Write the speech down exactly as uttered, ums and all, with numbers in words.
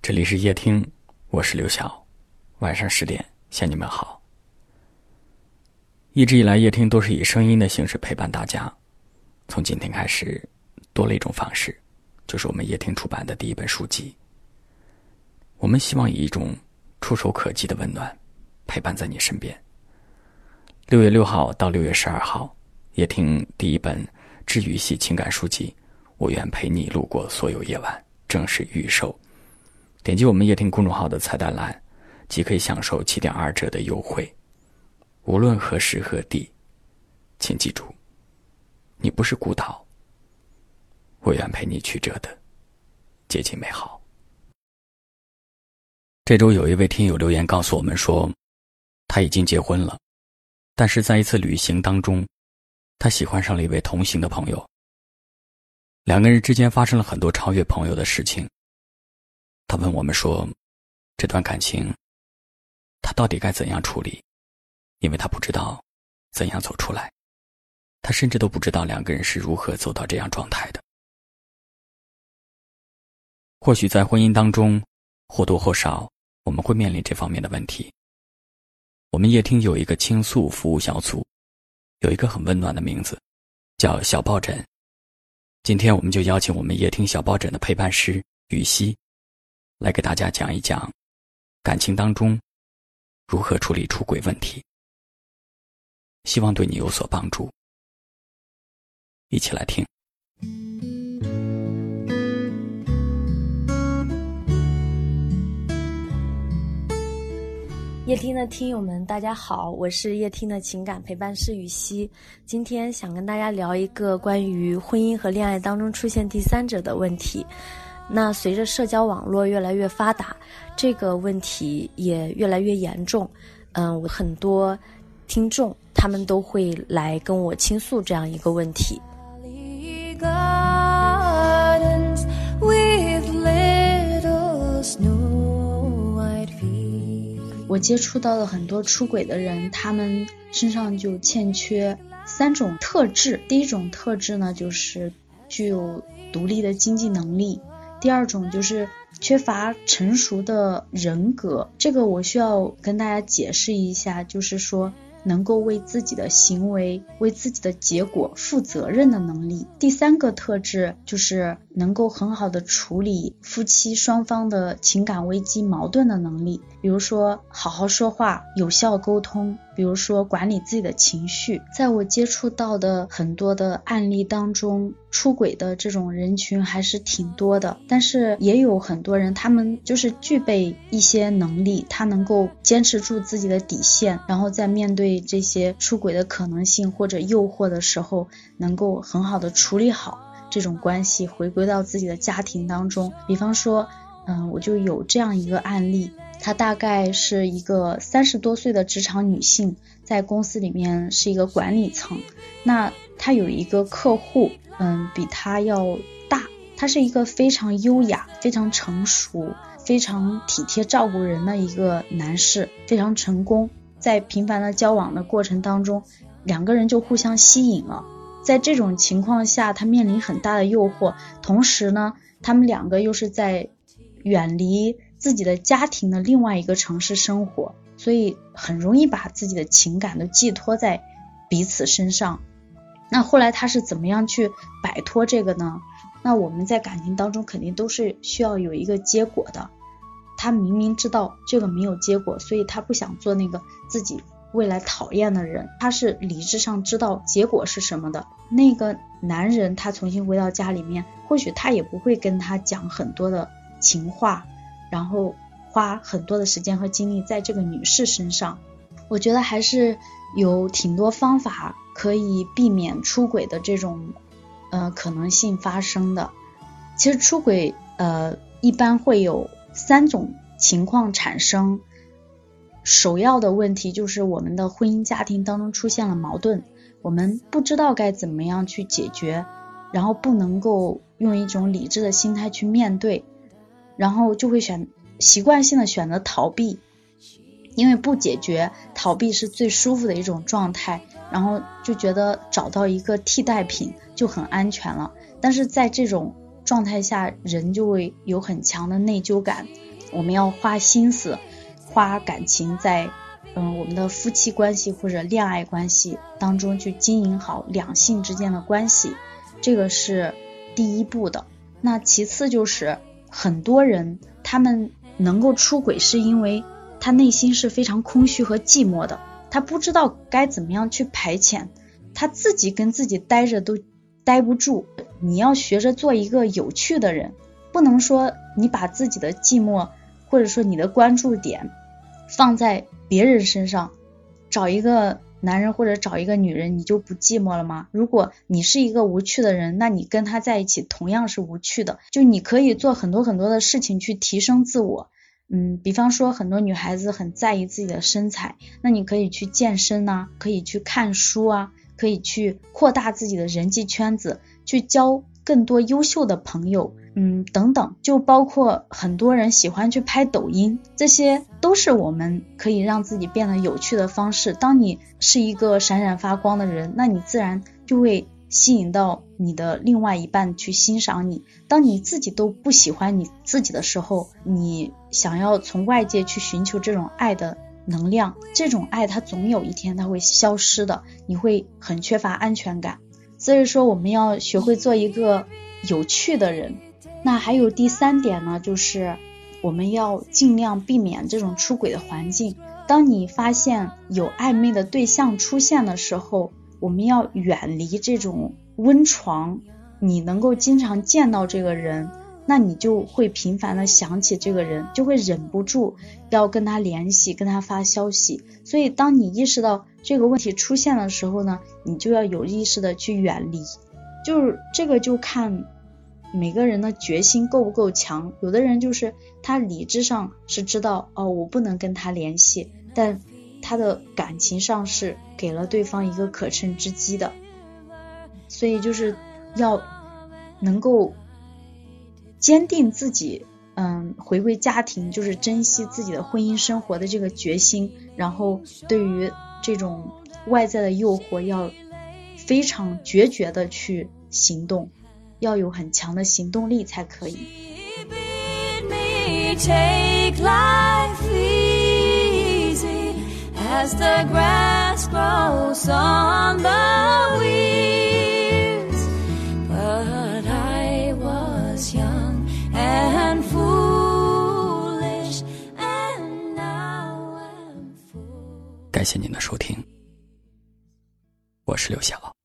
这里是夜听，我是刘晓，晚上十点向你们好。一直以来，夜听都是以声音的形式陪伴大家，从今天开始多了一种方式，就是我们夜听出版的第一本书籍。我们希望以一种触手可及的温暖陪伴在你身边。六月六号到六月十二号，夜听第一本治愈系情感书籍《我愿陪你路过所有夜晚》正式预售。点击我们夜听公众号的菜单栏，即可以享受七点二折的优惠。无论何时何地，请记住，你不是孤岛，我愿陪你曲折的接近美好。这周有一位听友留言告诉我们说，他已经结婚了，但是在一次旅行当中，他喜欢上了一位同行的朋友。两个人之间发生了很多超越朋友的事情。他问我们说，这段感情他到底该怎样处理，因为他不知道怎样走出来，他甚至都不知道两个人是如何走到这样状态的。或许在婚姻当中，或多或少我们会面临这方面的问题。我们夜听有一个倾诉服务小组，有一个很温暖的名字，叫小抱枕。今天我们就邀请我们夜听小抱枕的陪伴师雨熙来给大家讲一讲感情当中如何处理出轨问题，希望对你有所帮助。一起来听。 夜听的听友们大家好，我是夜听的情感陪伴师雨熙。今天想跟大家聊一个关于婚姻和恋爱当中出现第三者的问题。那随着社交网络越来越发达，这个问题也越来越严重。嗯，我很多听众他们都会来跟我倾诉这样一个问题。 我接触到了很多出轨的人，他们身上就欠缺三种特质。第一种特质呢，就是具有独立的经济能力。第二种就是缺乏成熟的人格，这个我需要跟大家解释一下，就是说能够为自己的行为、为自己的结果负责任的能力。第三个特质就是能够很好的处理夫妻双方的情感危机矛盾的能力，比如说好好说话、有效沟通，比如说管理自己的情绪。在我接触到的很多的案例当中，出轨的这种人群还是挺多的，但是也有很多人他们就是具备一些能力，他能够坚持住自己的底线，然后在面对这些出轨的可能性或者诱惑的时候，能够很好的处理好这种关系，回归到自己的家庭当中。比方说嗯，我就有这样一个案例，她大概是一个三十多岁的职场女性，在公司里面是一个管理层。那她有一个客户嗯，比她要大，他是一个非常优雅、非常成熟、非常体贴照顾人的一个男士，非常成功。在频繁的交往的过程当中，两个人就互相吸引了。在这种情况下，他面临很大的诱惑，同时呢，他们两个又是在远离自己的家庭的另外一个城市生活，所以很容易把自己的情感都寄托在彼此身上。那后来他是怎么样去摆脱这个呢？那我们在感情当中肯定都是需要有一个结果的。他明明知道这个没有结果，所以他不想做那个自己未来讨厌的人，他是理智上知道结果是什么的。那个男人他重新回到家里面，或许他也不会跟他讲很多的情话，然后花很多的时间和精力在这个女士身上。我觉得还是有挺多方法可以避免出轨的这种呃可能性发生的。其实出轨呃一般会有三种情况产生。首要的问题就是我们的婚姻家庭当中出现了矛盾，我们不知道该怎么样去解决，然后不能够用一种理智的心态去面对，然后就会选习惯性的选择逃避，因为不解决，逃避是最舒服的一种状态，然后就觉得找到一个替代品就很安全了。但是在这种状态下，人就会有很强的内疚感， 我们要花心思花感情在嗯我们的夫妻关系或者恋爱关系当中去经营好两性之间的关系，这个是第一步的。那其次就是很多人他们能够出轨是因为他内心是非常空虚和寂寞的，他不知道该怎么样去排遣，他自己跟自己待着都待不住。你要学着做一个有趣的人，不能说你把自己的寂寞或者说你的关注点放在别人身上，找一个男人或者找一个女人你就不寂寞了吗？如果你是一个无趣的人，那你跟他在一起同样是无趣的。就你可以做很多很多的事情去提升自我，嗯，比方说很多女孩子很在意自己的身材，那你可以去健身啊，可以去看书啊，可以去扩大自己的人际圈子，去交更多优秀的朋友，嗯，等等，就包括很多人喜欢去拍抖音，这些都是我们可以让自己变得有趣的方式。当你是一个闪闪发光的人，那你自然就会吸引到你的另外一半去欣赏你。当你自己都不喜欢你自己的时候，你想要从外界去寻求这种爱的能量，这种爱它总有一天它会消失的，你会很缺乏安全感。所以说我们要学会做一个有趣的人。那还有第三点呢，就是我们要尽量避免这种出轨的环境。当你发现有暧昧的对象出现的时候，我们要远离这种温床。你能够经常见到这个人，那你就会频繁的想起这个人，就会忍不住要跟他联系，跟他发消息。所以当你意识到这个问题出现的时候呢，你就要有意识的去远离。就是这个就看每个人的决心够不够强。有的人就是他理智上是知道哦我不能跟他联系，但他的感情上是给了对方一个可乘之机的。所以就是要能够坚定自己嗯，回归家庭，就是珍惜自己的婚姻生活的这个决心，然后对于这种外在的诱惑要非常决绝的去行动，要有很强的行动力才可以。 Take life easy as the grass grows on the weeds, but I was young and foolish and now I'm foolish. 感谢您的收听，我是刘晓。